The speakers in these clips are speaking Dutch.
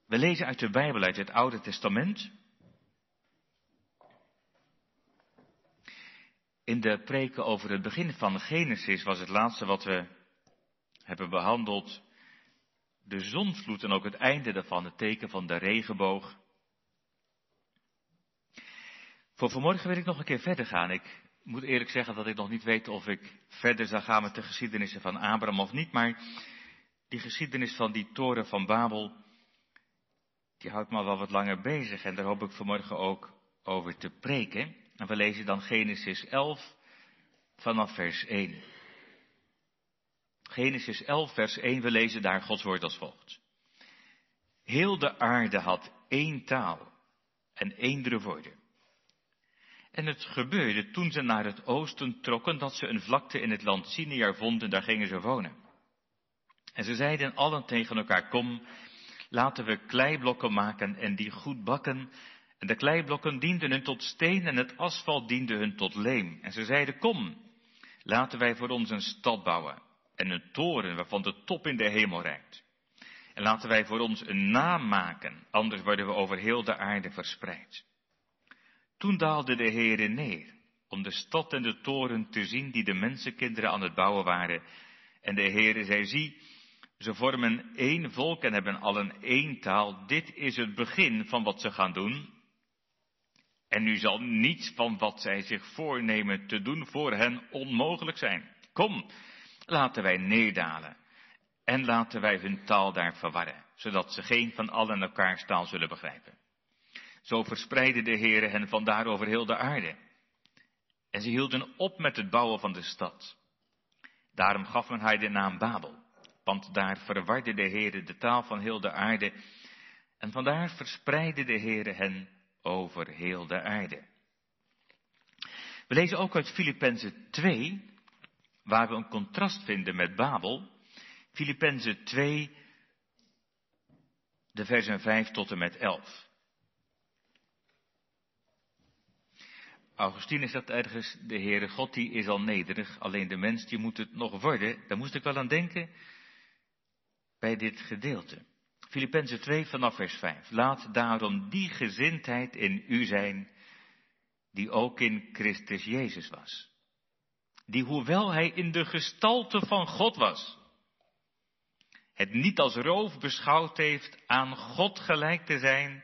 We lezen uit de Bijbel, uit het Oude Testament. In de preken over het begin van Genesis was het laatste wat we hebben behandeld de zondvloed en ook het einde daarvan, het teken van de regenboog. Voor vanmorgen wil ik nog een keer verder gaan. Ik moet eerlijk zeggen dat ik nog niet weet of ik verder zal gaan met de geschiedenissen van Abraham of niet, maar die geschiedenis van die toren van Babel, die houdt me al wel wat langer bezig en daar hoop ik vanmorgen ook over te preken. En we lezen dan Genesis 11 vanaf vers 1. Genesis 11 vers 1, we lezen daar Gods woord als volgt. Heel de aarde had één taal en eendere woorden. En het gebeurde toen ze naar het oosten trokken, dat ze een vlakte in het land Sinear vonden, daar gingen ze wonen. En ze zeiden allen tegen elkaar, kom, laten we kleiblokken maken en die goed bakken. En de kleiblokken dienden hun tot steen en het asfalt diende hun tot leem. En ze zeiden, kom, laten wij voor ons een stad bouwen en een toren waarvan de top in de hemel reikt. En laten wij voor ons een naam maken, anders worden we over heel de aarde verspreid. Toen daalde de Heere neer, om de stad en de toren te zien die de mensenkinderen aan het bouwen waren. En de Heere zei, zie, ze vormen één volk en hebben allen één taal. Dit is het begin van wat ze gaan doen. En nu zal niets van wat zij zich voornemen te doen voor hen onmogelijk zijn. Kom, laten wij neerdalen en laten wij hun taal daar verwarren, zodat ze geen van allen elkaars taal zullen begrijpen. Zo verspreidde de Heere hen vandaar over heel de aarde. En ze hielden op met het bouwen van de stad. Daarom gaf men haar de naam Babel, want daar verwarde de Heere de taal van heel de aarde. En vandaar verspreidde de Heere hen over heel de aarde. We lezen ook uit Filippenzen 2, waar we een contrast vinden met Babel. Filippenzen 2, de versen 5 tot en met 11. Augustinus zegt ergens, de Heere God die is al nederig, alleen de mens die moet het nog worden. Daar moest ik wel aan denken bij dit gedeelte. Filippenzen 2 vanaf vers 5. Laat daarom die gezindheid in u zijn, die ook in Christus Jezus was. Die hoewel hij in de gestalte van God was, het niet als roof beschouwd heeft aan God gelijk te zijn,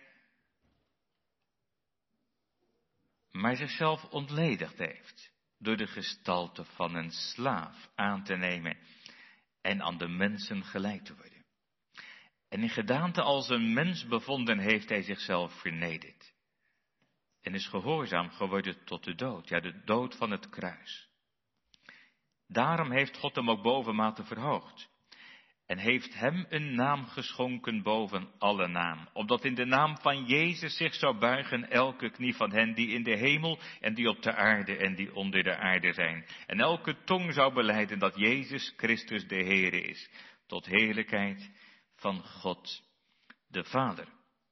maar zichzelf ontledigd heeft door de gestalte van een slaaf aan te nemen en aan de mensen gelijk te worden. En in gedaante als een mens bevonden heeft hij zichzelf vernederd en is gehoorzaam geworden tot de dood, ja de dood van het kruis. Daarom heeft God hem ook bovenmate verhoogd en heeft hem een naam geschonken boven alle naam, opdat in de naam van Jezus zich zou buigen elke knie van hen die in de hemel en die op de aarde en die onder de aarde zijn. En elke tong zou belijden dat Jezus Christus de Heere is, tot heerlijkheid van God de Vader.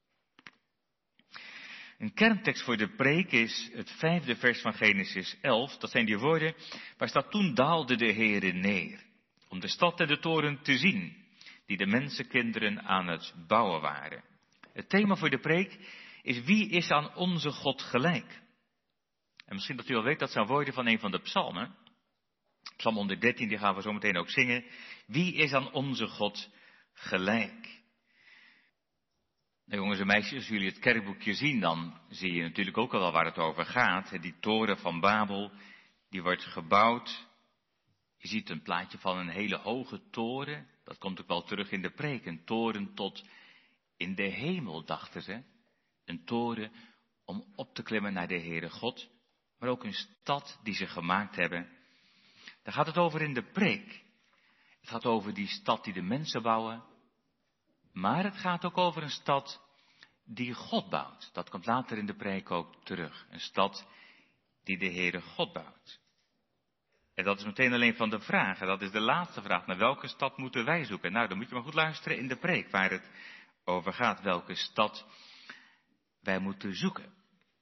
Een kerntekst voor de preek is het 5e vers van Genesis 11. Dat zijn die woorden waar staat, toen daalde de Heere neer, om de stad en de toren te zien, die de mensenkinderen aan het bouwen waren. Het thema voor de preek is, wie is aan onze God gelijk? En misschien dat u al weet, dat zijn woorden van een van de psalmen. Psalm 113, die gaan we zo meteen ook zingen. Wie is aan onze God gelijk? Nou jongens en meisjes, als jullie het kerkboekje zien, dan zie je natuurlijk ook al wel waar het over gaat. Die toren van Babel, die wordt gebouwd. Je ziet een plaatje van een hele hoge toren. Dat komt ook wel terug in de preek. Een toren tot in de hemel, dachten ze. Een toren om op te klimmen naar de Heere God. Maar ook een stad die ze gemaakt hebben. Daar gaat het over in de preek. Het gaat over die stad die de mensen bouwen. Maar het gaat ook over een stad die God bouwt. Dat komt later in de preek ook terug. Een stad die de Heere God bouwt. En dat is meteen alleen van de vraag. En dat is de laatste vraag. Naar welke stad moeten wij zoeken? Nou, dan moet je maar goed luisteren in de preek waar het over gaat. Welke stad wij moeten zoeken.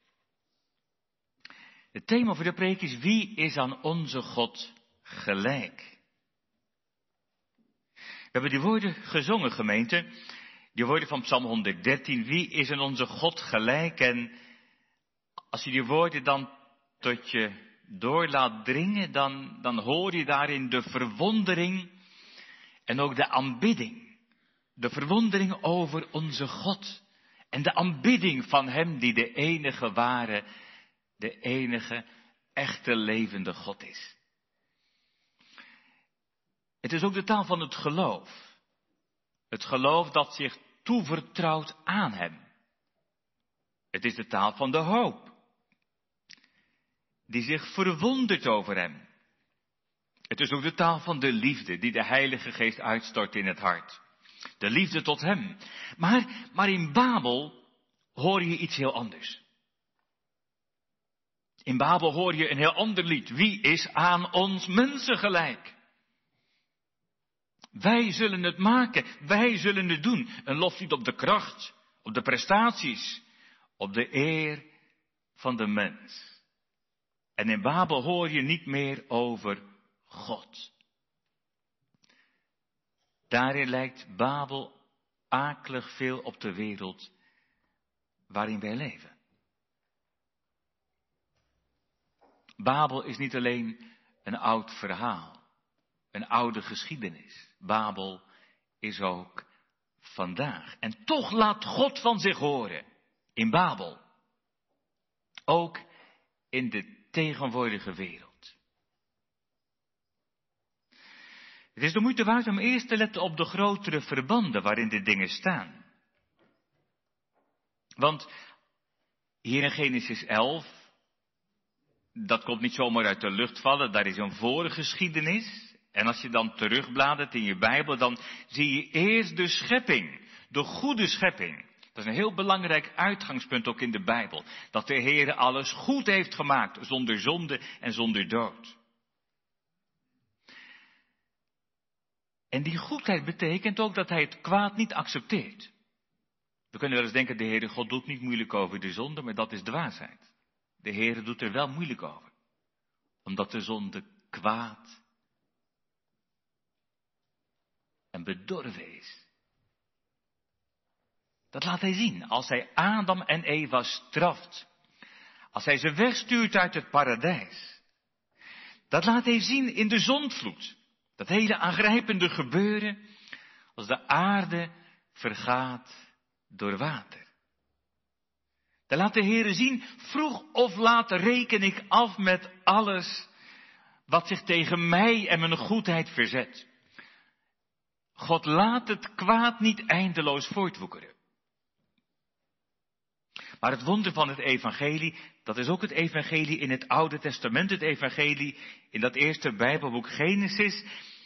Het thema voor de preek is, wie is aan onze God gelijk? We hebben die woorden gezongen, gemeente. Die woorden van Psalm 113, wie is in onze God gelijk? En als je die woorden dan tot je door laat dringen, dan hoor je daarin de verwondering en ook de aanbidding. De verwondering over onze God en de aanbidding van Hem die de enige ware, de enige echte levende God is. Het is ook de taal van het geloof. Het geloof dat zich toevertrouwt aan Hem. Het is de taal van de hoop. Die zich verwondert over Hem. Het is ook de taal van de liefde die de Heilige Geest uitstort in het hart. De liefde tot Hem. Maar in Babel hoor je iets heel anders. In Babel hoor je een heel ander lied. Wie is aan ons mensen gelijk? Wij zullen het maken, wij zullen het doen. Een loflied op de kracht, op de prestaties, op de eer van de mens. En in Babel hoor je niet meer over God. Daarin lijkt Babel akelig veel op de wereld waarin wij leven. Babel is niet alleen een oud verhaal, een oude geschiedenis. Babel is ook vandaag. En toch laat God van zich horen in Babel. Ook in de tegenwoordige wereld. Het is de moeite waard om eerst te letten op de grotere verbanden waarin de dingen staan. Want hier in Genesis 11, dat komt niet zomaar uit de lucht vallen, daar is een voorgeschiedenis. En als je dan terugbladert in je Bijbel, dan zie je eerst de schepping, de goede schepping. Dat is een heel belangrijk uitgangspunt ook in de Bijbel. Dat de Heer alles goed heeft gemaakt, zonder zonde en zonder dood. En die goedheid betekent ook dat Hij het kwaad niet accepteert. We kunnen wel eens denken, de Heere God doet niet moeilijk over de zonde, maar dat is dwaasheid. De Heere doet er wel moeilijk over. Omdat de zonde kwaad en bedorven is. Dat laat Hij zien als Hij Adam en Eva straft. Als Hij ze wegstuurt uit het paradijs. Dat laat Hij zien in de zondvloed. Dat hele aangrijpende gebeuren als de aarde vergaat door water. Dan laat de Heere zien, vroeg of laat reken ik af met alles wat zich tegen mij en mijn goedheid verzet. God laat het kwaad niet eindeloos voortwoekeren. Maar het wonder van het evangelie, dat is ook het evangelie in het Oude Testament, het evangelie in dat eerste Bijbelboek Genesis,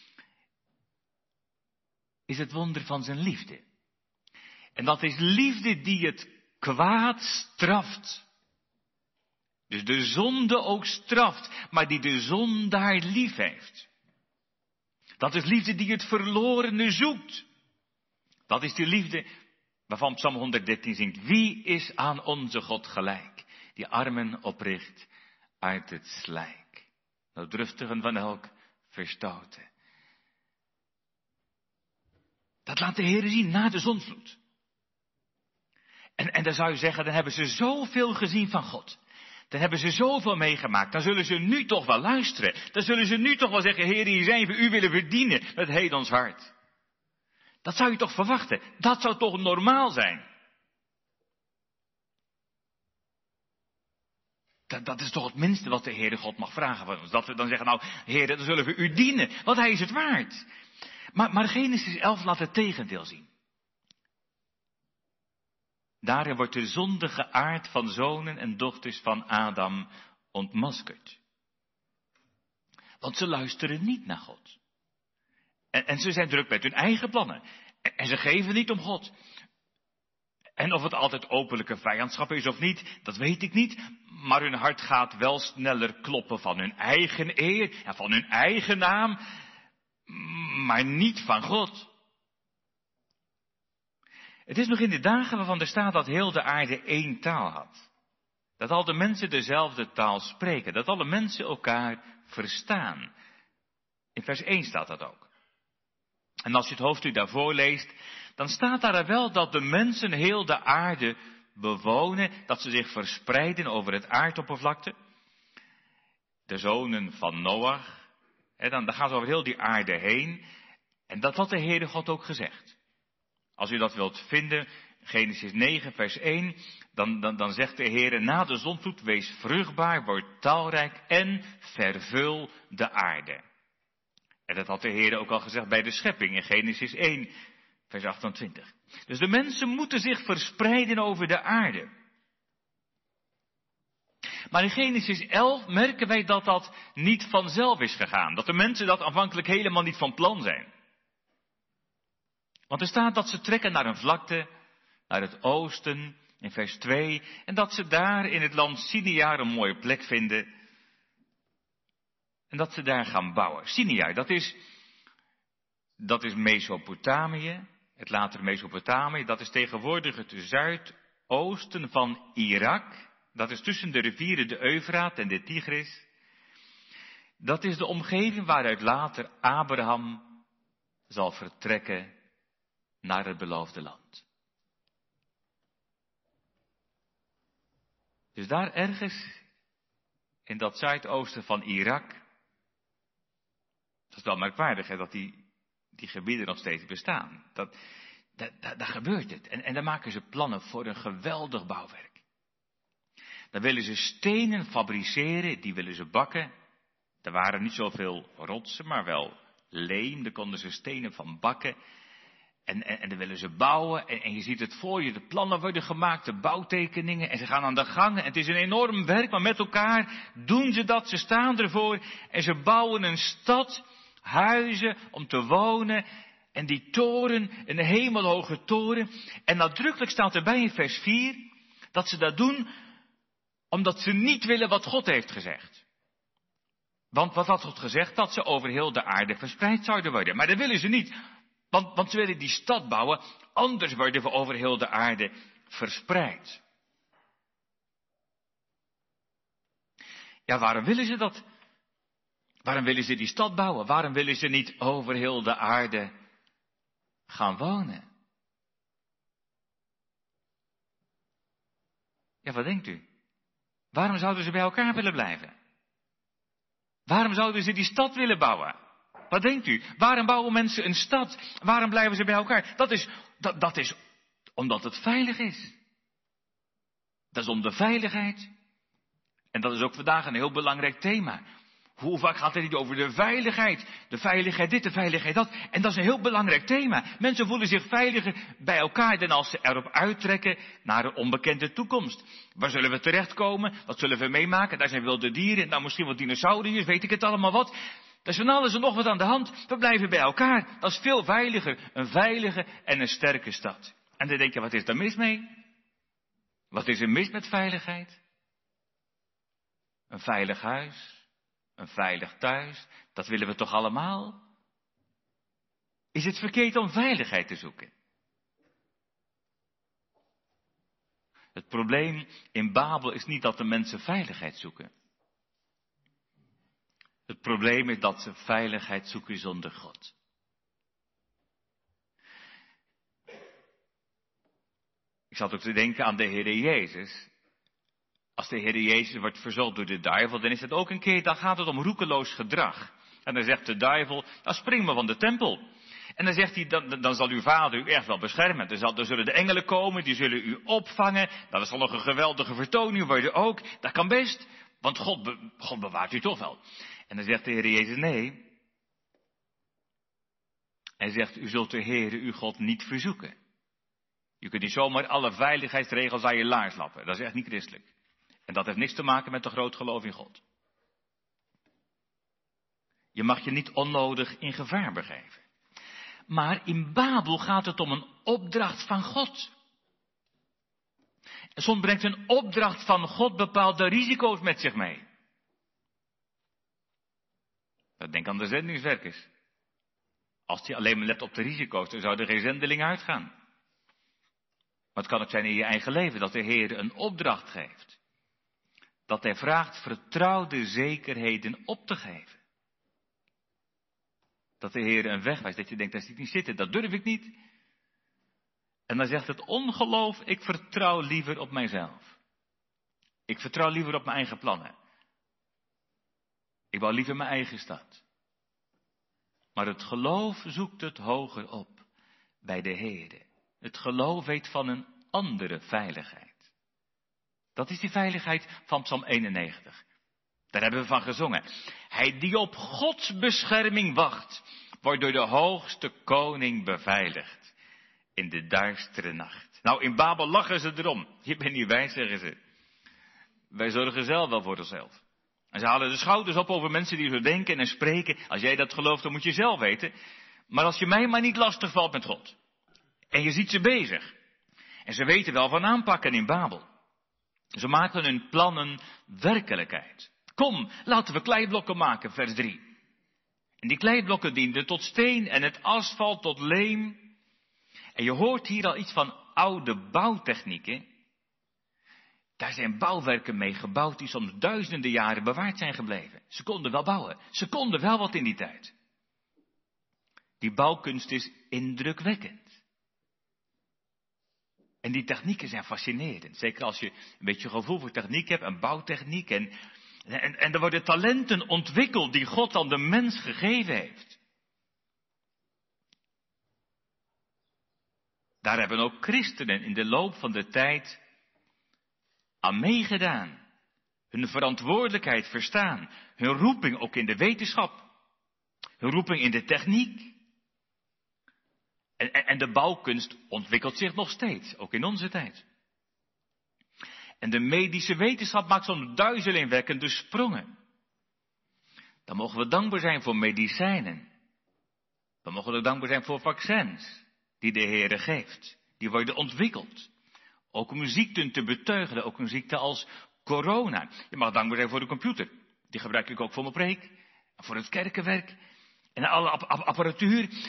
is het wonder van zijn liefde. En dat is liefde die het kwaad straft. Dus de zonde ook straft, maar die de zondaar lief heeft. Dat is liefde die het verlorene zoekt. Dat is die liefde waarvan Psalm 113 zingt. Wie is aan onze God gelijk, die armen opricht uit het slijk. Nooddruftigen van elk verstoten. Dat laat de Heer zien na de zondvloed. En dan zou je zeggen, dan hebben ze zoveel gezien van God. Dan hebben ze zoveel meegemaakt. Dan zullen ze nu toch wel luisteren. Dan zullen ze nu toch wel zeggen, Heer, hier zijn we, u willen we dienen met heel ons hart. Dat zou je toch verwachten? Dat zou toch normaal zijn? Dat is toch het minste wat de Heere God mag vragen van ons. Dat we dan zeggen, nou, Heer, dan zullen we u dienen. Want Hij is het waard. Maar Genesis 11 laat het tegendeel zien. Daarin wordt de zondige aard van zonen en dochters van Adam ontmaskerd. Want ze luisteren niet naar God. En ze zijn druk met hun eigen plannen. En ze geven niet om God. En of het altijd openlijke vijandschap is of niet, dat weet ik niet. Maar hun hart gaat wel sneller kloppen van hun eigen eer en van hun eigen naam. Maar niet van God. Het is nog in de dagen waarvan er staat dat heel de aarde één taal had. Dat al de mensen dezelfde taal spreken. Dat alle mensen elkaar verstaan. In vers 1 staat dat ook. En als je het hoofdstuk daarvoor leest, dan staat daar wel dat de mensen heel de aarde bewonen, dat ze zich verspreiden over het aardoppervlakte. De zonen van Noach, dan gaan ze over heel die aarde heen. En dat had de Heere God ook gezegd. Als u dat wilt vinden, Genesis 9 vers 1, dan zegt de Heere na de zondvloed, wees vruchtbaar, word talrijk en vervul de aarde. En dat had de Heere ook al gezegd bij de schepping in Genesis 1 vers 28. Dus de mensen moeten zich verspreiden over de aarde. Maar in Genesis 11 merken wij dat dat niet vanzelf is gegaan. Dat de mensen dat aanvankelijk helemaal niet van plan zijn. Want er staat dat ze trekken naar een vlakte, naar het oosten, in vers 2. En dat ze daar in het land Sinjar een mooie plek vinden. En dat ze daar gaan bouwen. Sinjar, dat is Mesopotamië. Het latere Mesopotamië, dat is tegenwoordig het zuidoosten van Irak. Dat is tussen de rivieren de Eufraat en de Tigris. Dat is de omgeving waaruit later Abraham zal vertrekken naar het beloofde land. Dus daar ergens, in dat zuidoosten van Irak, dat is wel merkwaardig hè, dat die gebieden nog steeds bestaan. Daar gebeurt het. En daar maken ze plannen voor een geweldig bouwwerk. Dan willen ze stenen fabriceren, die willen ze bakken. Er waren niet zoveel rotsen, maar wel leem, daar konden ze stenen van bakken. En dan willen ze bouwen, en je ziet het voor je, de plannen worden gemaakt, de bouwtekeningen, en ze gaan aan de gang. En het is een enorm werk, maar met elkaar doen ze dat, ze staan ervoor, en ze bouwen een stad, huizen om te wonen, en die toren, een hemelhoge toren. En nadrukkelijk staat erbij in vers 4, dat ze dat doen, omdat ze niet willen wat God heeft gezegd. Want wat had God gezegd? Dat ze over heel de aarde verspreid zouden worden. Maar dat willen ze niet. Want ze willen die stad bouwen, anders worden we over heel de aarde verspreid. Ja, waarom willen ze dat? Waarom willen ze die stad bouwen? Waarom willen ze niet over heel de aarde gaan wonen? Ja, wat denkt u? Waarom zouden ze bij elkaar willen blijven? Waarom zouden ze die stad willen bouwen? Wat denkt u? Waarom bouwen mensen een stad? Waarom blijven ze bij elkaar? Dat is omdat het veilig is. Dat is om de veiligheid. En dat is ook vandaag een heel belangrijk thema. Hoe vaak gaat het niet over de veiligheid? De veiligheid dit, de veiligheid dat. En dat is een heel belangrijk thema. Mensen voelen zich veiliger bij elkaar dan als ze erop uittrekken naar een onbekende toekomst. Waar zullen we terechtkomen? Wat zullen we meemaken? Daar zijn wilde dieren, nou misschien wat dinosauriërs, weet ik het allemaal wat. Er is van alles en nog wat aan de hand. We blijven bij elkaar. Dat is veel veiliger. Een veilige en een sterke stad. En dan denk je, wat is daar mis mee? Wat is er mis met veiligheid? Een veilig huis. Een veilig thuis. Dat willen we toch allemaal? Is het verkeerd om veiligheid te zoeken? Het probleem in Babel is niet dat de mensen veiligheid zoeken. Het probleem is dat ze veiligheid zoeken zonder God. Ik zat ook te denken aan de Heere Jezus. Als de Heere Jezus wordt verzocht door de duivel, dan is het ook een keer, dan gaat het om roekeloos gedrag. En dan zegt de duivel, dan spring maar van de tempel. En dan zegt hij, dan zal uw vader u echt wel beschermen. Dan zullen de engelen komen, die zullen u opvangen. Dat zal nog een geweldige vertoning worden ook. Dat kan best, want God bewaart u toch wel. En dan zegt de Heer Jezus, nee. Hij zegt, u zult de Heere uw God niet verzoeken. Je kunt niet zomaar alle veiligheidsregels aan je laars lappen. Dat is echt niet christelijk. En dat heeft niks te maken met een groot geloof in God. Je mag je niet onnodig in gevaar begeven. Maar in Babel gaat het om een opdracht van God. En soms brengt een opdracht van God bepaalde risico's met zich mee. Denk aan de zendingswerkers. Als die alleen maar let op de risico's, dan zou er geen zendeling uitgaan. Maar het kan ook zijn in je eigen leven dat de Heer een opdracht geeft. Dat hij vraagt vertrouwde zekerheden op te geven. Dat de Heer een weg wijst, dat je denkt, daar zit niet zitten, dat durf ik niet. En dan zegt het ongeloof, ik vertrouw liever op mijzelf. Ik vertrouw liever op mijn eigen plannen. Ik bouw liever mijn eigen stad. Maar het geloof zoekt het hoger op bij de Heere. Het geloof weet van een andere veiligheid. Dat is die veiligheid van Psalm 91. Daar hebben we van gezongen. Hij die op Gods bescherming wacht, wordt door de hoogste koning beveiligd in de duistere nacht. Nou, in Babel lachen ze erom. Je bent niet wijs, zeggen ze. Wij zorgen zelf wel voor onszelf. En ze halen de schouders op over mensen die zo denken en spreken. Als jij dat gelooft, dan moet je zelf weten. Maar als je mij maar niet lastig valt met God. En je ziet ze bezig. En ze weten wel van aanpakken in Babel. Ze maken hun plannen werkelijkheid. Kom, laten we kleiblokken maken, vers 3. En die kleiblokken dienden tot steen en het asfalt tot leem. En je hoort hier al iets van oude bouwtechnieken. Daar zijn bouwwerken mee gebouwd die soms duizenden jaren bewaard zijn gebleven. Ze konden wel bouwen. Ze konden wel wat in die tijd. Die bouwkunst is indrukwekkend. En die technieken zijn fascinerend. Zeker als je een beetje gevoel voor techniek hebt en bouwtechniek. En er worden talenten ontwikkeld die God aan de mens gegeven heeft. Daar hebben ook christenen in de loop van de tijd aan meegedaan. Hun verantwoordelijkheid verstaan. Hun roeping ook in de wetenschap. Hun roeping in de techniek. En de bouwkunst ontwikkelt zich nog steeds, ook in onze tijd. En de medische wetenschap maakt soms duizelingwekkende sprongen. Dan mogen we dankbaar zijn voor medicijnen. Dan mogen we dankbaar zijn voor vaccins die de Heere geeft. Die worden ontwikkeld. Ook om ziekten te beteugelen, ook een ziekte als corona. Je mag dankbaar zijn voor de computer. Die gebruik ik ook voor mijn preek. En voor het kerkenwerk. En alle apparatuur.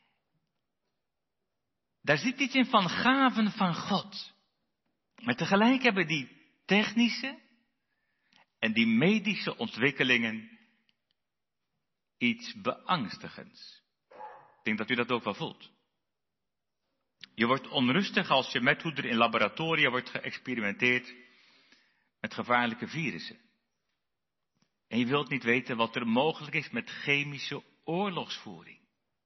Daar zit iets in van gaven van God. Maar tegelijk hebben die technische en die medische ontwikkelingen iets beangstigends. Ik denk dat u dat ook wel voelt. Je wordt onrustig als je met hoe er in laboratoria wordt geëxperimenteerd met gevaarlijke virussen. En je wilt niet weten wat er mogelijk is met chemische oorlogsvoering.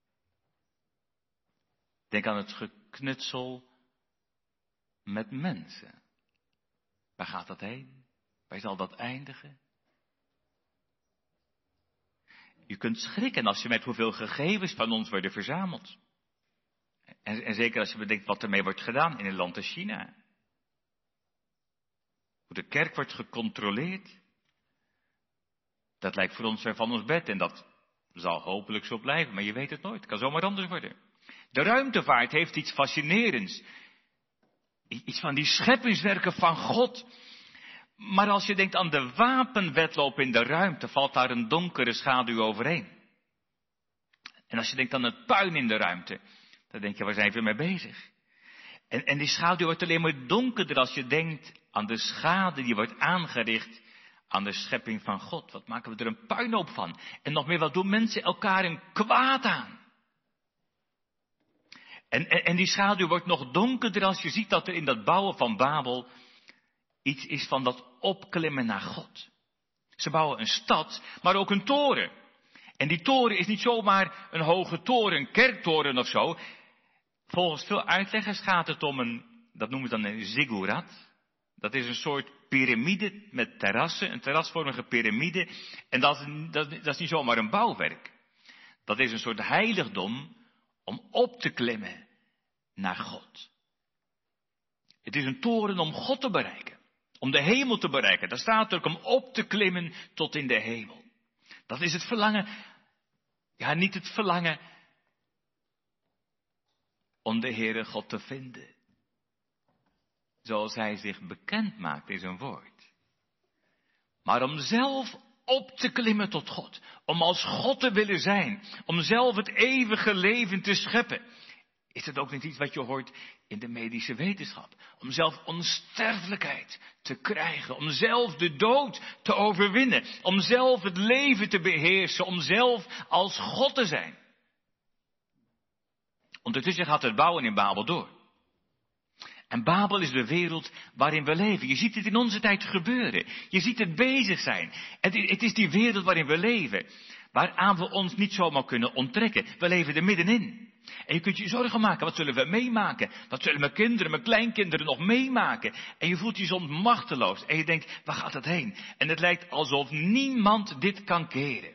Denk aan het geknutsel met mensen. Waar gaat dat heen? Waar zal dat eindigen? Je kunt schrikken als je met hoeveel gegevens van ons worden verzameld. En zeker als je bedenkt wat ermee wordt gedaan in een land als China. Hoe de kerk wordt gecontroleerd. Dat lijkt voor ons ver van ons bed en dat zal hopelijk zo blijven, maar je weet het nooit. Het kan zomaar anders worden. De ruimtevaart heeft iets fascinerends. Iets van die scheppingswerken van God. Maar als je denkt aan de wapenwedloop in de ruimte, valt daar een donkere schaduw overheen. En als je denkt aan het puin in de ruimte, dan denk je, waar zijn we mee bezig? En die schaduw wordt alleen maar donkerder als je denkt aan de schade die wordt aangericht aan de schepping van God. Wat maken we er een puinhoop van? En nog meer, wat doen mensen elkaar een kwaad aan? En die schaduw wordt nog donkerder als je ziet dat er in dat bouwen van Babel iets is van dat opklimmen naar God. Ze bouwen een stad, maar ook een toren. En die toren is niet zomaar een hoge toren, een kerktoren of zo. Volgens veel uitleggers gaat het om dat noemen we dan een ziggurat. Dat is een soort piramide met terrassen, een terrasvormige piramide. En dat is niet zomaar een bouwwerk. Dat is een soort heiligdom om op te klimmen naar God. Het is een toren om God te bereiken. Om de hemel te bereiken. Daar staat ook om op te klimmen tot in de hemel. Dat is het verlangen. Ja, niet het verlangen om de Heere God te vinden. Zoals hij zich bekend maakt in zijn woord. Maar om zelf op te klimmen tot God. Om als God te willen zijn. Om zelf het eeuwige leven te scheppen. Is het ook niet iets wat je hoort in de medische wetenschap? Om zelf onsterfelijkheid te krijgen. Om zelf de dood te overwinnen. Om zelf het leven te beheersen. Om zelf als God te zijn. Ondertussen gaat het bouwen in Babel door. En Babel is de wereld waarin we leven. Je ziet het in onze tijd gebeuren. Je ziet het bezig zijn. Het is die wereld waarin we leven. Waaraan we ons niet zomaar kunnen onttrekken. We leven er middenin. En je kunt je zorgen maken. Wat zullen we meemaken? Wat zullen mijn kinderen, mijn kleinkinderen nog meemaken? En je voelt je soms machteloos. En je denkt, waar gaat het heen? En het lijkt alsof niemand dit kan keren.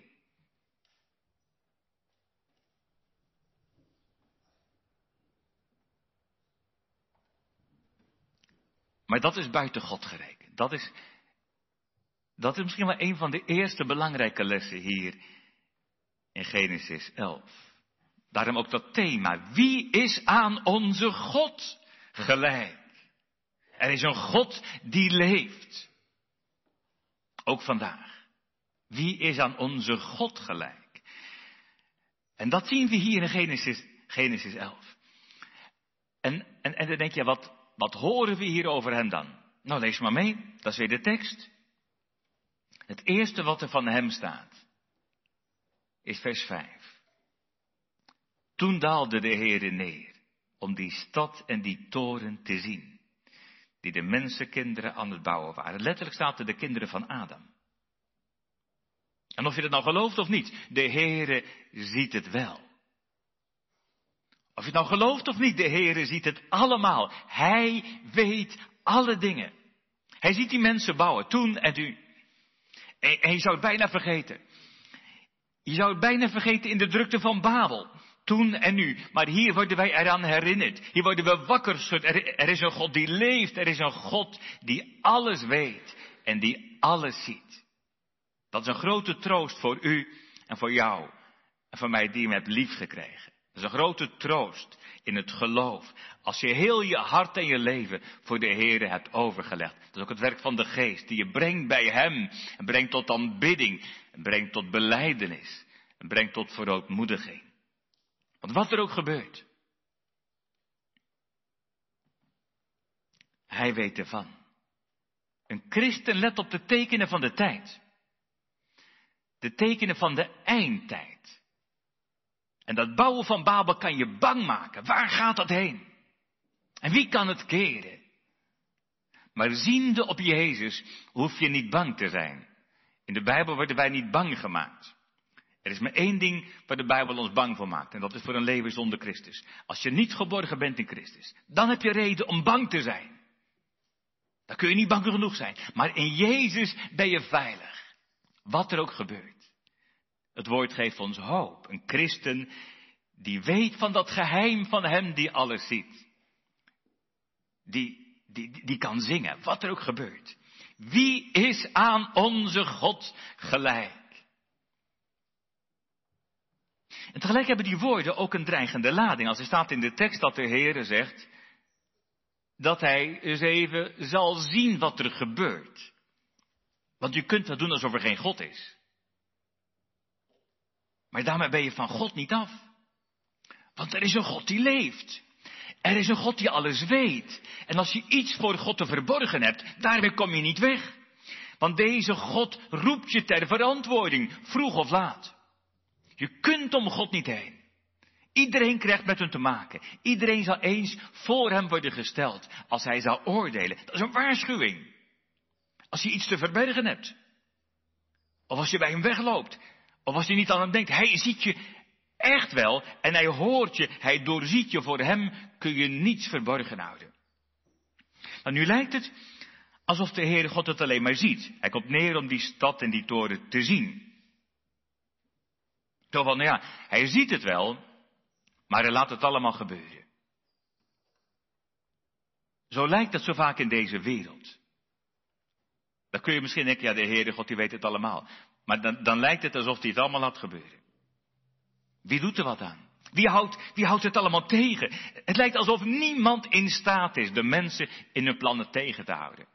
Maar dat is buiten God gerekend. Dat is misschien wel een van de eerste belangrijke lessen hier in Genesis 11. Daarom ook dat thema. Wie is aan onze God gelijk? Er is een God die leeft. Ook vandaag. Wie is aan onze God gelijk? En dat zien we hier in Genesis 11. En dan denk je, wat horen we hier over hem dan? Nou, lees maar mee. Dat is weer de tekst. Het eerste wat er van hem staat, is vers 5. Toen daalde de Heere neer, om die stad en die toren te zien, die de mensenkinderen aan het bouwen waren. Letterlijk staat er de kinderen van Adam. En of je dat nou gelooft of niet, de Heere ziet het wel. Of je het nou gelooft of niet, de Heere ziet het allemaal. Hij weet alle dingen. Hij ziet die mensen bouwen, toen en nu. En je zou het bijna vergeten. Je zou het bijna vergeten in de drukte van Babel. Toen en nu. Maar hier worden wij eraan herinnerd. Hier worden we wakker geschud. Er is een God die leeft. Er is een God die alles weet. En die alles ziet. Dat is een grote troost voor u en voor jou. En voor mij die hem hebt lief gekregen. Dat is een grote troost in het geloof. Als je heel je hart en je leven voor de Heere hebt overgelegd. Dat is ook het werk van de Geest. Die je brengt bij hem. En brengt tot aanbidding. En brengt tot belijdenis. En brengt tot verootmoediging. Want wat er ook gebeurt. Hij weet ervan. Een christen let op de tekenen van de tijd. De tekenen van de eindtijd. En dat bouwen van Babel kan je bang maken. Waar gaat dat heen? En wie kan het keren? Maar ziende op Jezus hoef je niet bang te zijn. In de Bijbel worden wij niet bang gemaakt. Er is maar één ding waar de Bijbel ons bang voor maakt. En dat is voor een leven zonder Christus. Als je niet geborgen bent in Christus, dan heb je reden om bang te zijn. Dan kun je niet bang genoeg zijn. Maar in Jezus ben je veilig. Wat er ook gebeurt. Het woord geeft ons hoop. Een christen die weet van dat geheim van hem die alles ziet. Die kan zingen, wat er ook gebeurt. Wie is aan onze God gelijk? En tegelijk hebben die woorden ook een dreigende lading. Als er staat in de tekst dat de Heere zegt dat hij eens even zal zien wat er gebeurt. Want je kunt wel doen alsof er geen God is. Maar daarmee ben je van God niet af. Want er is een God die leeft. Er is een God die alles weet. En als je iets voor God te verborgen hebt, daarmee kom je niet weg. Want deze God roept je ter verantwoording, vroeg of laat. Je kunt om God niet heen. Iedereen krijgt met hem te maken. Iedereen zal eens voor hem worden gesteld, als hij zal oordelen. Dat is een waarschuwing. Als je iets te verbergen hebt. Of als je bij hem wegloopt. Of als je niet aan hem denkt, hij ziet je echt wel en hij hoort je, hij doorziet je. Voor hem kun je niets verborgen houden. Maar nu lijkt het alsof de Heere God het alleen maar ziet. Hij komt neer om die stad en die toren te zien. Zo van, nou ja, hij ziet het wel, maar hij laat het allemaal gebeuren. Zo lijkt het zo vaak in deze wereld. Dan kun je misschien denken, ja, de Heere God die weet het allemaal. Maar dan lijkt het alsof hij het allemaal laat gebeuren. Wie doet er wat aan? Wie houdt het allemaal tegen? Het lijkt alsof niemand in staat is de mensen in hun plannen tegen te houden.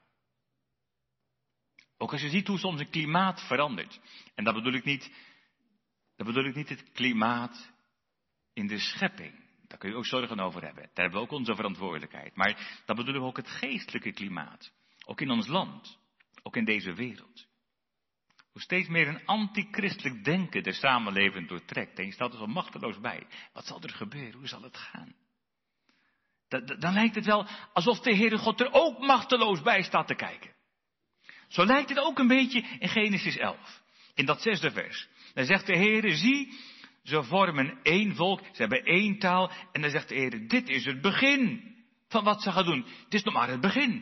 Ook als je ziet hoe soms een klimaat verandert. En dat bedoel ik niet het klimaat in de schepping. Daar kun je ook zorgen over hebben. Daar hebben we ook onze verantwoordelijkheid. Maar dat bedoelen we ook het geestelijke klimaat. Ook in ons land. Ook in deze wereld. Hoe steeds meer een antichristelijk denken de samenleving doortrekt. En je staat er zo machteloos bij. Wat zal er gebeuren? Hoe zal het gaan? Dan lijkt het wel alsof de Heere God er ook machteloos bij staat te kijken. Zo lijkt het ook een beetje in Genesis 11. In dat 6e vers. Dan zegt de Heere, zie, ze vormen één volk, ze hebben één taal. En dan zegt de Heere, dit is het begin van wat ze gaan doen. Het is nog maar het begin.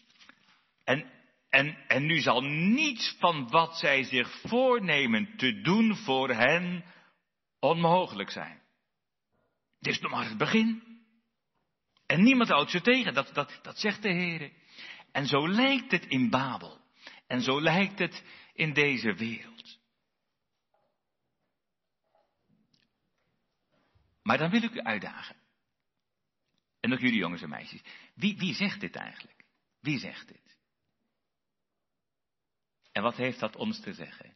En nu zal niets van wat zij zich voornemen te doen voor hen onmogelijk zijn. Het is nog maar het begin. En niemand houdt ze tegen, dat zegt de Heere. En zo lijkt het in Babel. En zo lijkt het in deze wereld. Maar dan wil ik u uitdagen. En ook jullie jongens en meisjes. Wie zegt dit eigenlijk? Wie zegt dit? En wat heeft dat ons te zeggen?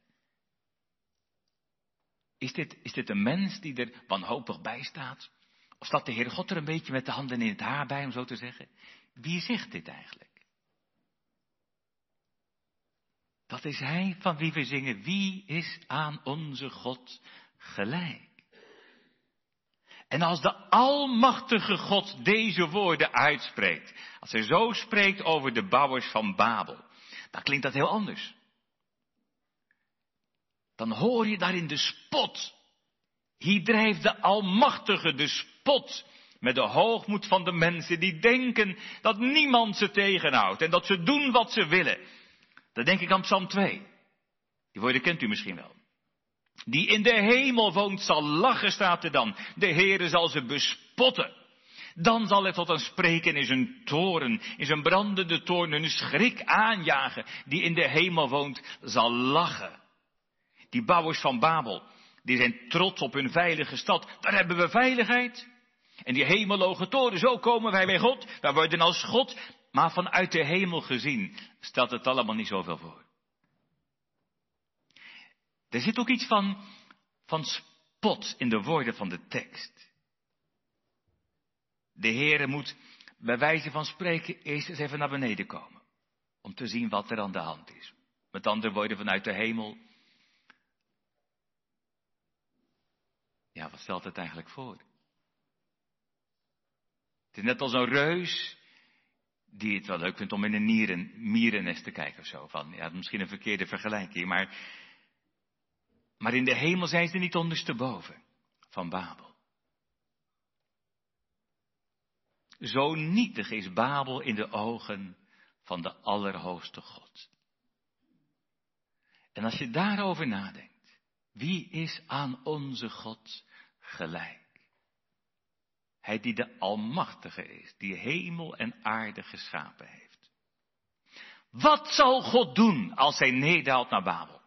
Is dit een mens die er wanhopig bij staat? Of staat de Heere God er een beetje met de handen in het haar bij, om zo te zeggen? Wie zegt dit eigenlijk? Dat is Hij van wie we zingen, wie is aan onze God gelijk? En als de almachtige God deze woorden uitspreekt, als Hij zo spreekt over de bouwers van Babel, dan klinkt dat heel anders. Dan hoor je daarin de spot. Hier drijft de Almachtige de spot met de hoogmoed van de mensen die denken dat niemand ze tegenhoudt en dat ze doen wat ze willen. Dan denk ik aan Psalm 2. Die woorden kent u misschien wel. Die in de hemel woont zal lachen, staat er dan. De Heere zal ze bespotten. Dan zal hij tot hen spreken in zijn toren, in zijn brandende toorn, een schrik aanjagen. Die in de hemel woont zal lachen. Die bouwers van Babel, die zijn trots op hun veilige stad. Daar hebben we veiligheid. En die hemelhoge toren, zo komen wij bij God. Wij worden als God. Maar vanuit de hemel gezien stelt het allemaal niet zoveel voor. Er zit ook iets van spot in de woorden van de tekst. De Heere moet bij wijze van spreken eerst eens even naar beneden komen. Om te zien wat er aan de hand is. Met andere woorden, vanuit de hemel. Ja, wat stelt het eigenlijk voor? Het is net als een reus die het wel leuk vindt om in een mierennest te kijken of zo. Ja, misschien een verkeerde vergelijking, maar in de hemel zijn ze niet ondersteboven van Babel. Zo nietig is Babel in de ogen van de Allerhoogste God. En als je daarover nadenkt, wie is aan onze God gelijk? Hij die de Almachtige is, die hemel en aarde geschapen heeft. Wat zal God doen als hij neerdaalt naar Babel?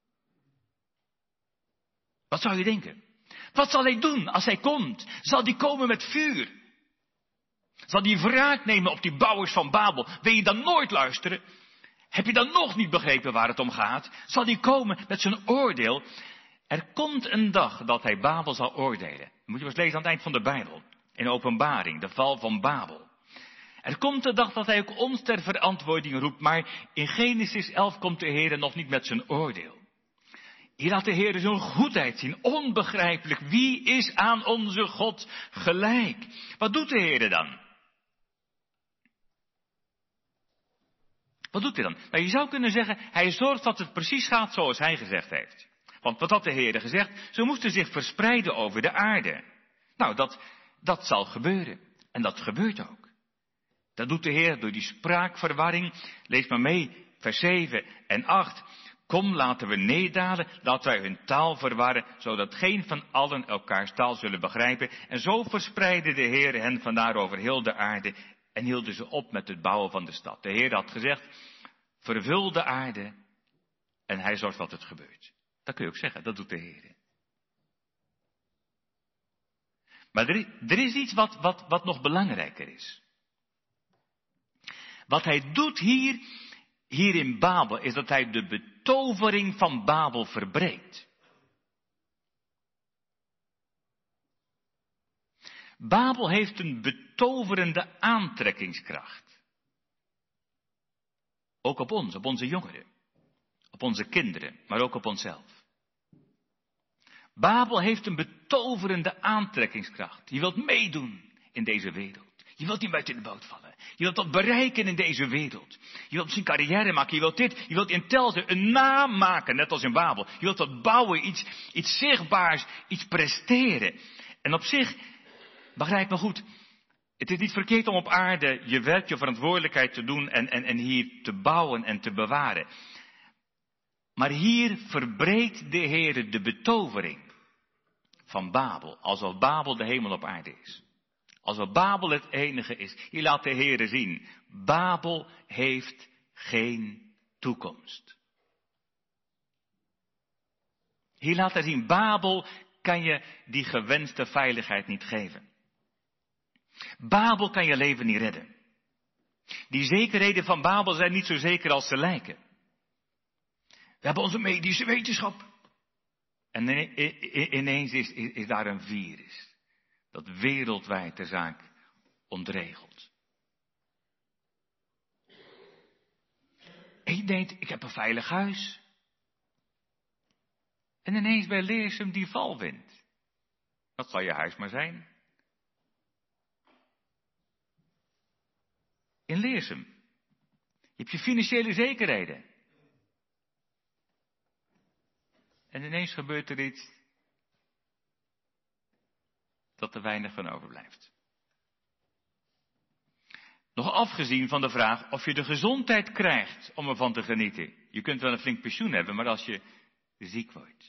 Wat zou je denken? Wat zal hij doen als hij komt? Zal hij komen met vuur? Zal hij wraak nemen op die bouwers van Babel? Wil je dan nooit luisteren? Heb je dan nog niet begrepen waar het om gaat? Zal hij komen met zijn oordeel? Er komt een dag dat hij Babel zal oordelen. Moet je eens lezen aan het eind van de Bijbel. In Openbaring, de val van Babel. Er komt de dag dat hij ook ons ter verantwoording roept, maar in Genesis 11 komt de Heer nog niet met zijn oordeel. Hier laat de Heer zijn goedheid zien, onbegrijpelijk. Wie is aan onze God gelijk? Wat doet de Heer dan? Wat doet hij dan? Nou, je zou kunnen zeggen, hij zorgt dat het precies gaat zoals hij gezegd heeft. Want wat had de Heer gezegd? Ze moesten zich verspreiden over de aarde. Nou, dat zal gebeuren. En dat gebeurt ook. Dat doet de Heer door die spraakverwarring. Lees maar mee, vers 7 en 8. Kom, laten we neerdalen, laten wij hun taal verwarren, zodat geen van allen elkaars taal zullen begrijpen. En zo verspreidde de Heer hen vandaar over heel de aarde en hielden ze op met het bouwen van de stad. De Heer had gezegd, vervul de aarde en hij zorgt dat het gebeurt. Dat kun je ook zeggen, dat doet de Heer. Maar er is iets wat nog belangrijker is. Wat hij doet hier in Babel, is dat hij de betovering van Babel verbreekt. Babel heeft een betoverende aantrekkingskracht. Ook op ons, op onze jongeren. Op onze kinderen, maar ook op onszelf. Babel heeft een betoverende aantrekkingskracht. Je wilt meedoen in deze wereld. Je wilt niet buiten de boot vallen. Je wilt dat bereiken in deze wereld. Je wilt misschien carrière maken. Je wilt dit. Je wilt in Telstar een naam maken, net als in Babel. Je wilt dat bouwen, iets zichtbaars, iets presteren. En op zich, begrijp me goed, het is niet verkeerd om op aarde je werk, je verantwoordelijkheid te doen en hier te bouwen en te bewaren. Maar hier verbreekt de Heer de betovering van Babel, alsof Babel de hemel op aarde is. Alsof Babel het enige is. Hier laat de Heer zien, Babel heeft geen toekomst. Hier laat hij zien, Babel kan je die gewenste veiligheid niet geven. Babel kan je leven niet redden. Die zekerheden van Babel zijn niet zo zeker als ze lijken. We hebben onze medische wetenschap. En ineens is daar een virus. Dat wereldwijd de zaak ontregelt. En je denkt, ik heb een veilig huis. En ineens bij Leersum die valwind. Dat zal je huis maar zijn. In Leersum. Je hebt je financiële zekerheden. En ineens gebeurt er iets dat er weinig van overblijft. Nog afgezien van de vraag of je de gezondheid krijgt om ervan te genieten. Je kunt wel een flink pensioen hebben, maar als je ziek wordt.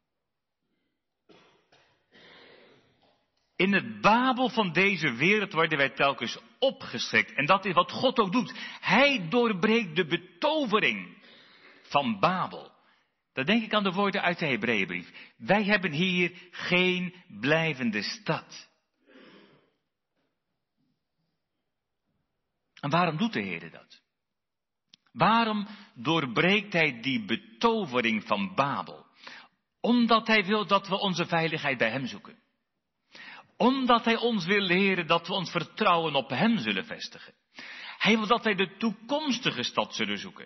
In het Babel van deze wereld worden wij telkens opgeschrikt. En dat is wat God ook doet. Hij doorbreekt de betovering van Babel. Dan denk ik aan de woorden uit de Hebreeënbrief. Wij hebben hier geen blijvende stad. En waarom doet de Heer dat? Waarom doorbreekt hij die betovering van Babel? Omdat hij wil dat we onze veiligheid bij hem zoeken. Omdat hij ons wil leren dat we ons vertrouwen op hem zullen vestigen. Hij wil dat wij de toekomstige stad zullen zoeken.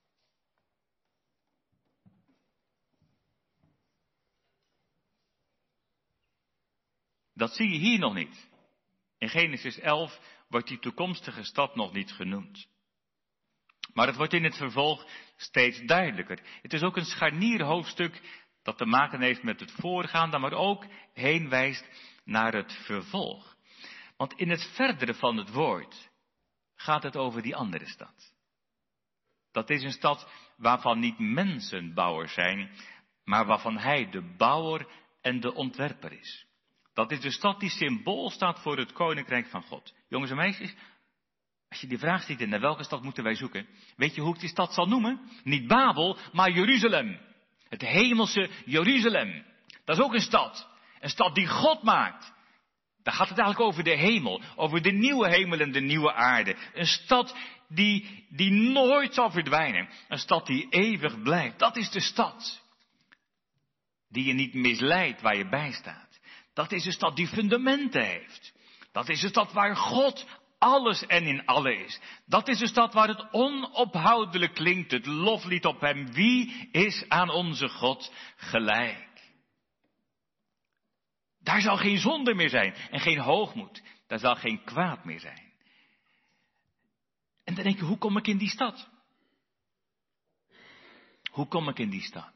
Dat zie je hier nog niet. In Genesis 11 wordt die toekomstige stad nog niet genoemd. Maar het wordt in het vervolg steeds duidelijker. Het is ook een scharnierhoofdstuk dat te maken heeft met het voorgaande, maar ook heen wijst naar het vervolg. Want in het verdere van het woord gaat het over die andere stad. Dat is een stad waarvan niet mensen bouwers zijn, maar waarvan hij de bouwer en de ontwerper is. Dat is de stad die symbool staat voor het koninkrijk van God. Jongens en meisjes, als je die vraag stelt, naar welke stad moeten wij zoeken? Weet je hoe ik die stad zal noemen? Niet Babel, maar Jeruzalem. Het hemelse Jeruzalem. Dat is ook een stad. Een stad die God maakt. Daar gaat het eigenlijk over de hemel. Over de nieuwe hemel en de nieuwe aarde. Een stad die nooit zal verdwijnen. Een stad die eeuwig blijft. Dat is de stad. Die je niet misleidt waar je bij staat. Dat is een stad die fundamenten heeft. Dat is een stad waar God alles en in alle is. Dat is een stad waar het onophoudelijk klinkt, het loflied op hem. Wie is aan onze God gelijk? Daar zal geen zonde meer zijn en geen hoogmoed. Daar zal geen kwaad meer zijn. En dan denk je, hoe kom ik in die stad? Hoe kom ik in die stad?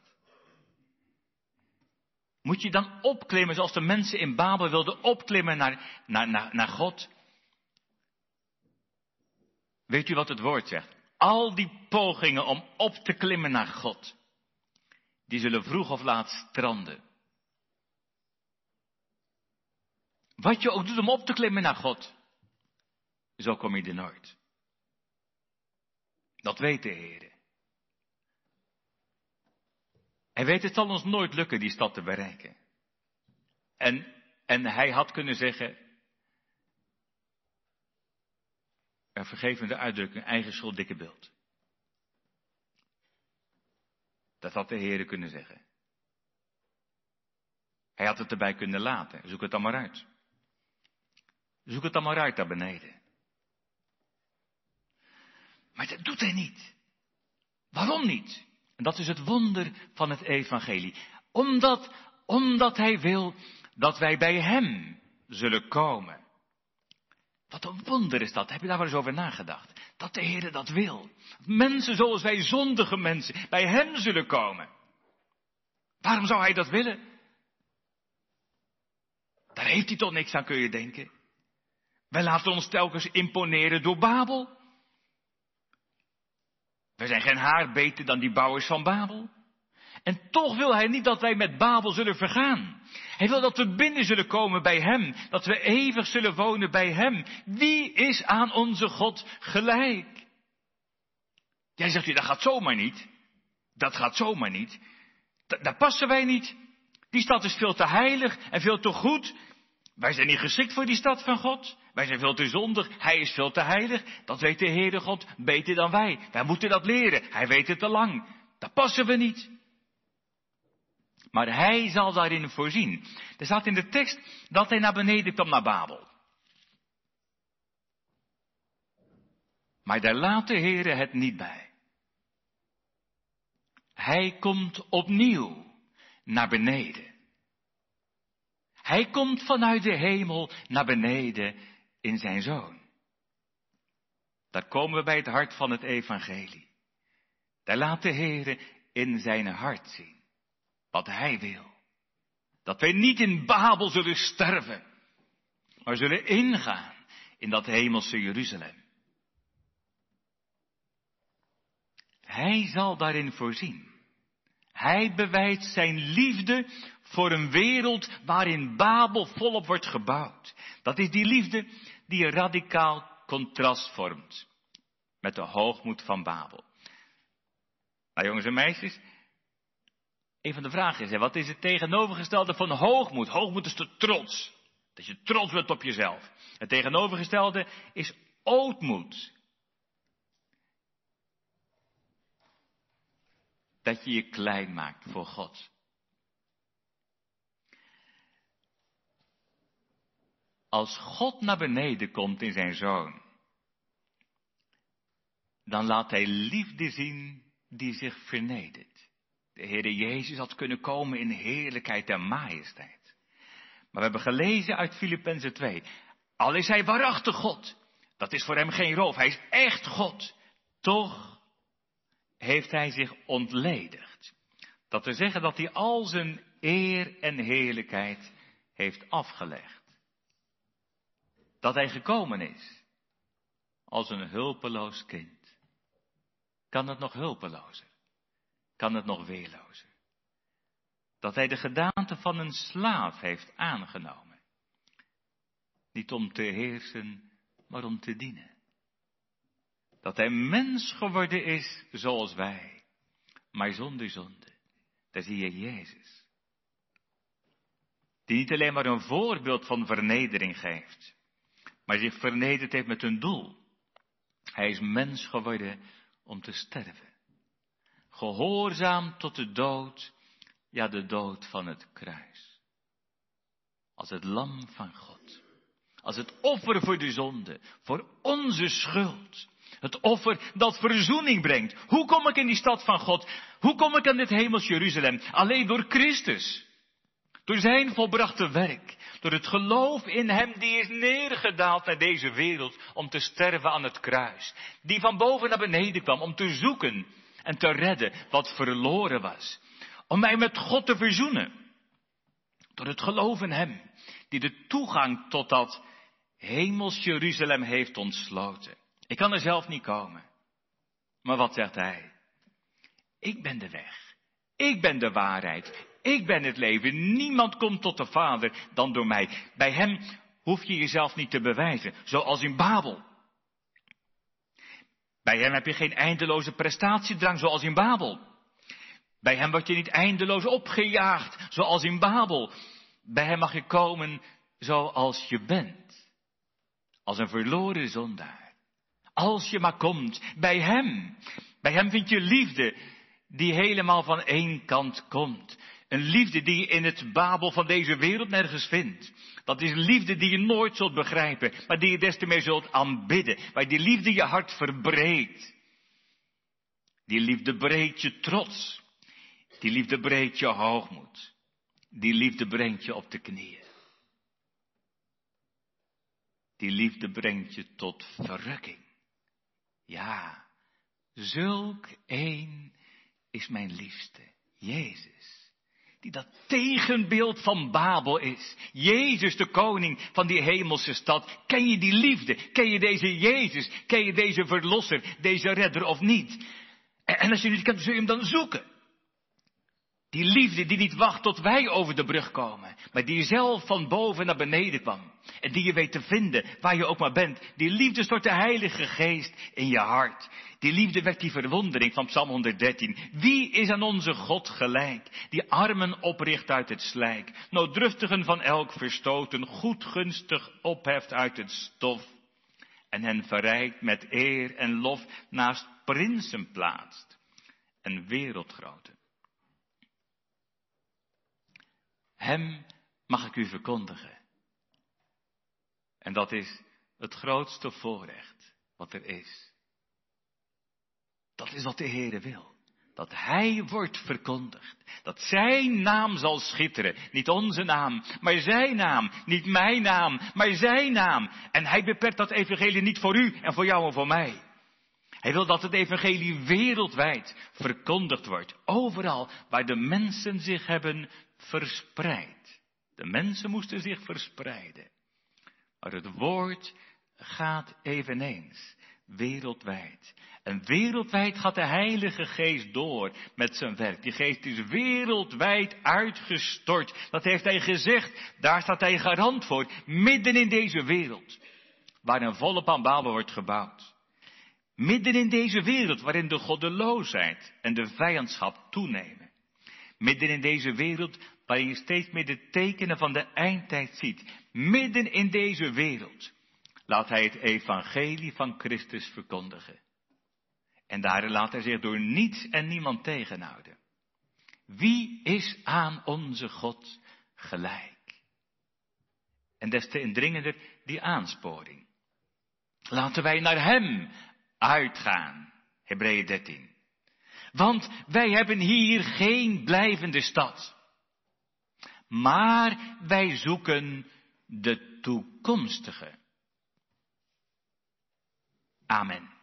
Moet je dan opklimmen zoals de mensen in Babel wilden opklimmen naar God? Weet u wat het woord zegt? Al die pogingen om op te klimmen naar God, die zullen vroeg of laat stranden. Wat je ook doet om op te klimmen naar God, zo kom je er nooit. Dat weet de Heer. Hij weet, het zal ons nooit lukken die stad te bereiken. En hij had kunnen zeggen, vergeef me de uitdrukking, eigen schuld, dikke bult. Dat had de Heer kunnen zeggen. Hij had het erbij kunnen laten. Zoek het dan maar uit. Zoek het dan maar uit daar beneden. Maar dat doet hij niet. Waarom niet? En dat is het wonder van het evangelie. Omdat hij wil dat wij bij hem zullen komen. Wat een wonder is dat. Heb je daar wel eens over nagedacht? Dat de Heer dat wil. Mensen zoals wij, zondige mensen, bij hem zullen komen. Waarom zou hij dat willen? Daar heeft hij toch niks aan, kun je denken. Wij laten ons telkens imponeren door Babel. Wij zijn geen haar beter dan die bouwers van Babel. En toch wil hij niet dat wij met Babel zullen vergaan. Hij wil dat we binnen zullen komen bij hem. Dat we eeuwig zullen wonen bij hem. Wie is aan onze God gelijk? Jij zegt, dat gaat zomaar niet. Dat gaat zomaar niet. Daar passen wij niet. Die stad is veel te heilig en veel te goed. Wij zijn niet geschikt voor die stad van God. Wij zijn veel te zondig. Hij is veel te heilig. Dat weet de Heere God beter dan wij. Wij moeten dat leren. Hij weet het te lang. Daar passen we niet. Maar hij zal daarin voorzien. Er staat in de tekst dat hij naar beneden kwam naar Babel. Maar daar laat de Heere het niet bij. Hij komt opnieuw naar beneden. Hij komt vanuit de hemel naar beneden in zijn Zoon. Daar komen we bij het hart van het evangelie. Daar laat de Heere in zijn hart zien wat hij wil. Dat wij niet in Babel zullen sterven, maar zullen ingaan in dat hemelse Jeruzalem. Hij zal daarin voorzien. Hij bewijst zijn liefde voor een wereld waarin Babel volop wordt gebouwd. Dat is die liefde die een radicaal contrast vormt met de hoogmoed van Babel. Nou jongens en meisjes, een van de vragen is, wat is het tegenovergestelde van hoogmoed? Hoogmoed is de trots. Dat je trots bent op jezelf. Het tegenovergestelde is ootmoed. Dat je je klein maakt voor God. Als God naar beneden komt in zijn Zoon, dan laat hij liefde zien die zich vernedert. De Heere Jezus had kunnen komen in heerlijkheid en majesteit. Maar we hebben gelezen uit Filippenzen 2. Al is hij waarachtig God. Dat is voor hem geen roof. Hij is echt God. Toch heeft hij zich ontledigd. Dat wil zeggen dat hij al zijn eer en heerlijkheid heeft afgelegd. Dat hij gekomen is als een hulpeloos kind. Kan het nog hulpelozer? Kan het nog weerlozer? Dat hij de gedaante van een slaaf heeft aangenomen. Niet om te heersen, maar om te dienen. Dat hij mens geworden is zoals wij, maar zonder zonde. Daar zie je Jezus. Die niet alleen maar een voorbeeld van vernedering geeft, maar zich vernederd heeft met een doel. Hij is mens geworden om te sterven. Gehoorzaam tot de dood, ja de dood van het kruis. Als het lam van God. Als het offer voor de zonde, voor onze schuld. Het offer dat verzoening brengt. Hoe kom ik in die stad van God? Hoe kom ik aan dit hemels Jeruzalem? Alleen door Christus. Door zijn volbrachte werk. Door het geloof in hem die is neergedaald naar deze wereld om te sterven aan het kruis. Die van boven naar beneden kwam om te zoeken en te redden wat verloren was. Om mij met God te verzoenen. Door het geloof in hem die de toegang tot dat hemels Jeruzalem heeft ontsloten. Ik kan er zelf niet komen. Maar wat zegt hij? Ik ben de weg. Ik ben de waarheid. Ik ben het leven. Niemand komt tot de Vader dan door mij. Bij hem hoef je jezelf niet te bewijzen. Zoals in Babel. Bij hem heb je geen eindeloze prestatiedrang zoals in Babel. Bij hem word je niet eindeloos opgejaagd zoals in Babel. Bij hem mag je komen zoals je bent. Als een verloren zondaar. Als je maar komt bij hem. Bij hem vind je liefde die helemaal van één kant komt. Een liefde die je in het Babel van deze wereld nergens vindt. Dat is een liefde die je nooit zult begrijpen, maar die je des te meer zult aanbidden. Waar die liefde je hart verbreedt. Die liefde breekt je trots. Die liefde breekt je hoogmoed. Die liefde brengt je op de knieën. Die liefde brengt je tot verrukking. Ja, zulk een is mijn liefste, Jezus. Die dat tegenbeeld van Babel is. Jezus, de koning van die hemelse stad. Ken je die liefde? Ken je deze Jezus? Ken je deze verlosser, deze redder of niet? En als je niet kent, zul je hem dan zoeken. Die liefde die niet wacht tot wij over de brug komen. Maar die zelf van boven naar beneden kwam. En die je weet te vinden, waar je ook maar bent. Die liefde stort de Heilige Geest in je hart. Die liefde wekt die verwondering van Psalm 113. Wie is aan onze God gelijk? Die armen opricht uit het slijk. Nooddruftigen van elk verstoten. Goedgunstig opheft uit het stof. En hen verrijkt met eer en lof naast prinsen plaatst. En wereldgrote. Hem mag ik u verkondigen. En dat is het grootste voorrecht wat er is. Dat is wat de Heere wil. Dat Hij wordt verkondigd. Dat Zijn naam zal schitteren. Niet onze naam, maar Zijn naam. Niet mijn naam, maar Zijn naam. En Hij beperkt dat evangelie niet voor u en voor jou en voor mij. Hij wil dat het evangelie wereldwijd verkondigd wordt. Overal waar de mensen zich hebben verspreid. De mensen moesten zich verspreiden. Maar het woord gaat eveneens wereldwijd. En wereldwijd gaat de Heilige Geest door met zijn werk. Die Geest is wereldwijd uitgestort. Dat heeft Hij gezegd. Daar staat Hij garant voor. Midden in deze wereld. Waar een volop aan Babel wordt gebouwd. Midden in deze wereld waarin de goddeloosheid en de vijandschap toenemen. Midden in deze wereld waarin je steeds meer de tekenen van de eindtijd ziet. Midden in deze wereld laat Hij het evangelie van Christus verkondigen. En daarin laat Hij zich door niets en niemand tegenhouden. Wie is aan onze God gelijk? En des te indringender die aansporing. Laten wij naar Hem uitgaan. Hebreeën 13. Want wij hebben hier geen blijvende stad. Maar wij zoeken de toekomstige. Amen.